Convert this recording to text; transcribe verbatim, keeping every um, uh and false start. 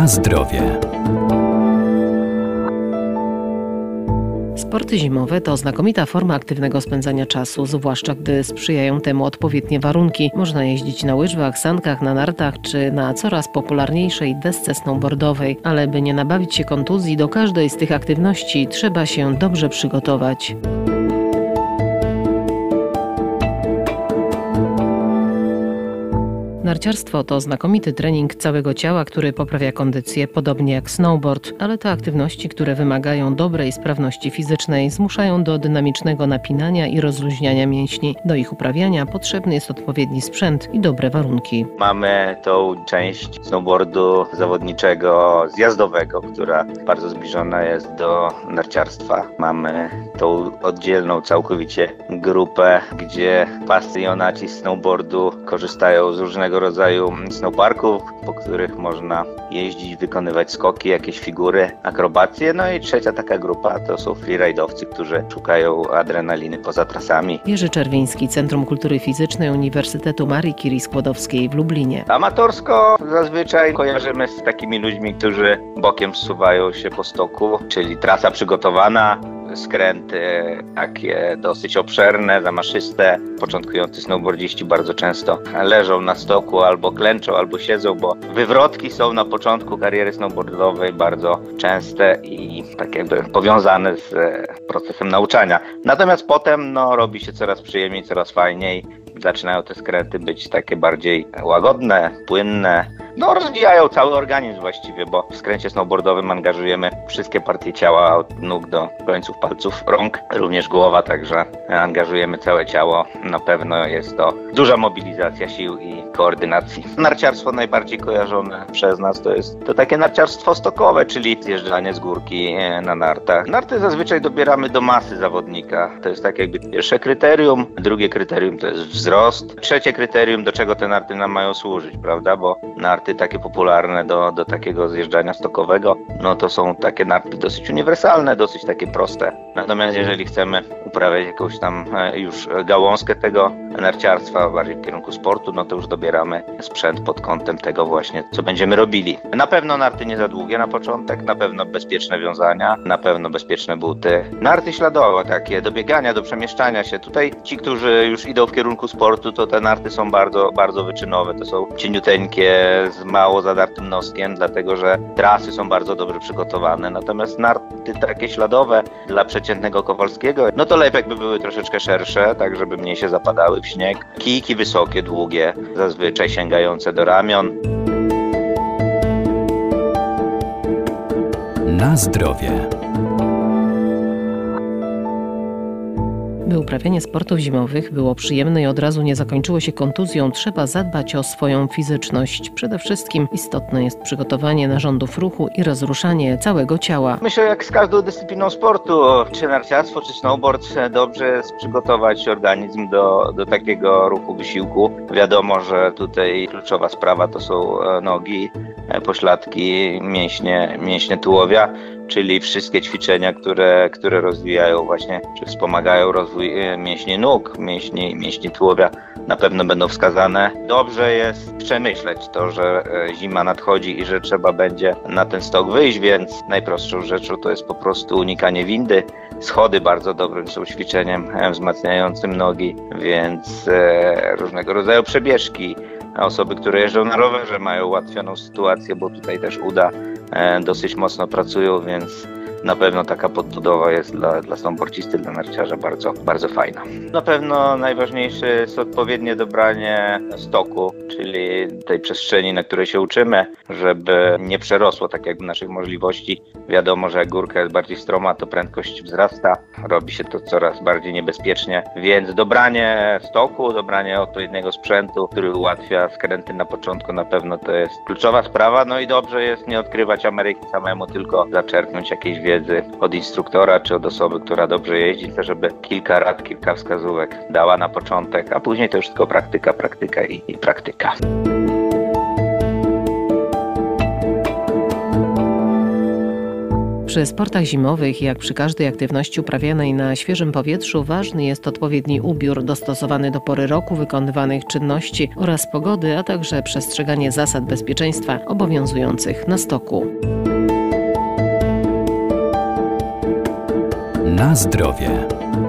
Na zdrowie. Sporty zimowe to znakomita forma aktywnego spędzania czasu, zwłaszcza gdy sprzyjają temu odpowiednie warunki. Można jeździć na łyżwach, sankach, na nartach czy na coraz popularniejszej desce snowboardowej, ale by nie nabawić się kontuzji, do każdej z tych aktywności trzeba się dobrze przygotować. Narciarstwo to znakomity trening całego ciała, który poprawia kondycję, podobnie jak snowboard, ale to aktywności, które wymagają dobrej sprawności fizycznej, zmuszają do dynamicznego napinania i rozluźniania mięśni. Do ich uprawiania potrzebny jest odpowiedni sprzęt i dobre warunki. Mamy tą część snowboardu zawodniczego, zjazdowego, która bardzo zbliżona jest do narciarstwa. Mamy tą oddzielną całkowicie grupę, gdzie pasjonaci snowboardu korzystają z różnego rodzaju snowparków, po których można jeździć, wykonywać skoki, jakieś figury, akrobacje. No i trzecia taka grupa to są freeride'owcy, którzy szukają adrenaliny poza trasami. Jerzy Czerwiński, Centrum Kultury Fizycznej Uniwersytetu Marii Curie Skłodowskiej w Lublinie. Amatorsko zazwyczaj kojarzymy z takimi ludźmi, którzy bokiem zsuwają się po stoku, czyli trasa przygotowana, skręty takie dosyć obszerne, zamaszyste. Początkujący snowboardziści bardzo często leżą na stoku, albo klęczą, albo siedzą, bo wywrotki są na początku kariery snowboardowej bardzo częste i tak jakby powiązane z procesem nauczania. Natomiast potem no, robi się coraz przyjemniej, coraz fajniej. Zaczynają te skręty być takie bardziej łagodne, płynne. No, rozwijają cały organizm właściwie, bo w skręcie snowboardowym angażujemy wszystkie partie ciała od nóg do końców palców rąk, również głowa, także angażujemy całe ciało. Na pewno jest to duża mobilizacja sił i koordynacji. Narciarstwo najbardziej kojarzone przez nas to jest to takie narciarstwo stokowe, czyli zjeżdżanie z górki na nartach. Narty zazwyczaj dobieramy do masy zawodnika. To jest tak jakby pierwsze kryterium, drugie kryterium to jest wzrost, trzecie kryterium, do czego te narty nam mają służyć, prawda, bo narty takie popularne do, do takiego zjeżdżania stokowego, no to są takie narty dosyć uniwersalne, dosyć takie proste. Natomiast jeżeli chcemy uprawiać jakąś tam już gałązkę tego narciarstwa, bardziej w kierunku sportu, no to już dobieramy sprzęt pod kątem tego właśnie, co będziemy robili. Na pewno narty nie za długie na początek, na pewno bezpieczne wiązania, na pewno bezpieczne buty. Narty śladowe, takie do biegania, do przemieszczania się. Tutaj ci, którzy już idą w kierunku sportu, to te narty są bardzo, bardzo wyczynowe. To są cieniuteńkie, z mało zadartym noskiem, dlatego że trasy są bardzo dobrze przygotowane. Natomiast narty takie śladowe dla przeciętnego Kowalskiego, no to lepiej jakby były troszeczkę szersze, tak żeby mniej się zapadały w śnieg. Kijki wysokie, długie, zazwyczaj sięgające do ramion. Na zdrowie. By uprawianie sportów zimowych było przyjemne i od razu nie zakończyło się kontuzją, trzeba zadbać o swoją fizyczność. Przede wszystkim istotne jest przygotowanie narządów ruchu i rozruszanie całego ciała. Myślę, jak z każdą dyscypliną sportu, czy narciarstwo, czy snowboard, dobrze jest przygotować organizm do, do takiego ruchu, wysiłku. Wiadomo, że tutaj kluczowa sprawa to są nogi, pośladki, mięśnie, mięśnie tułowia, czyli wszystkie ćwiczenia, które, które rozwijają właśnie, czy wspomagają rozwój mięśni nóg, mięśni, mięśni tułowia, na pewno będą wskazane. Dobrze jest przemyśleć to, że zima nadchodzi i że trzeba będzie na ten stok wyjść, więc najprostszą rzeczą to jest po prostu unikanie windy. Schody bardzo dobrym są ćwiczeniem wzmacniającym nogi, więc e, różnego rodzaju przebieżki. Osoby, które jeżdżą na rowerze, mają ułatwioną sytuację, bo tutaj też uda e, dosyć mocno pracują, więc na pewno taka podbudowa jest dla, dla snowboardzisty, dla narciarza bardzo, bardzo fajna. Na pewno najważniejsze jest odpowiednie dobranie stoku, czyli tej przestrzeni, na której się uczymy, żeby nie przerosło tak jakby naszych możliwości. Wiadomo, że jak górka jest bardziej stroma, to prędkość wzrasta, robi się to coraz bardziej niebezpiecznie, więc dobranie stoku, dobranie odpowiedniego sprzętu, który ułatwia skręty na początku, na pewno to jest kluczowa sprawa. No i dobrze jest nie odkrywać Ameryki samemu, tylko zaczerpnąć jakieś wiedzy od instruktora czy od osoby, która dobrze jeździ, żeby kilka rad, kilka wskazówek dała na początek, a później to już tylko praktyka, praktyka i, i praktyka. Przy sportach zimowych, jak przy każdej aktywności uprawianej na świeżym powietrzu, ważny jest odpowiedni ubiór dostosowany do pory roku, wykonywanych czynności oraz pogody, a także przestrzeganie zasad bezpieczeństwa obowiązujących na stoku. Na zdrowie.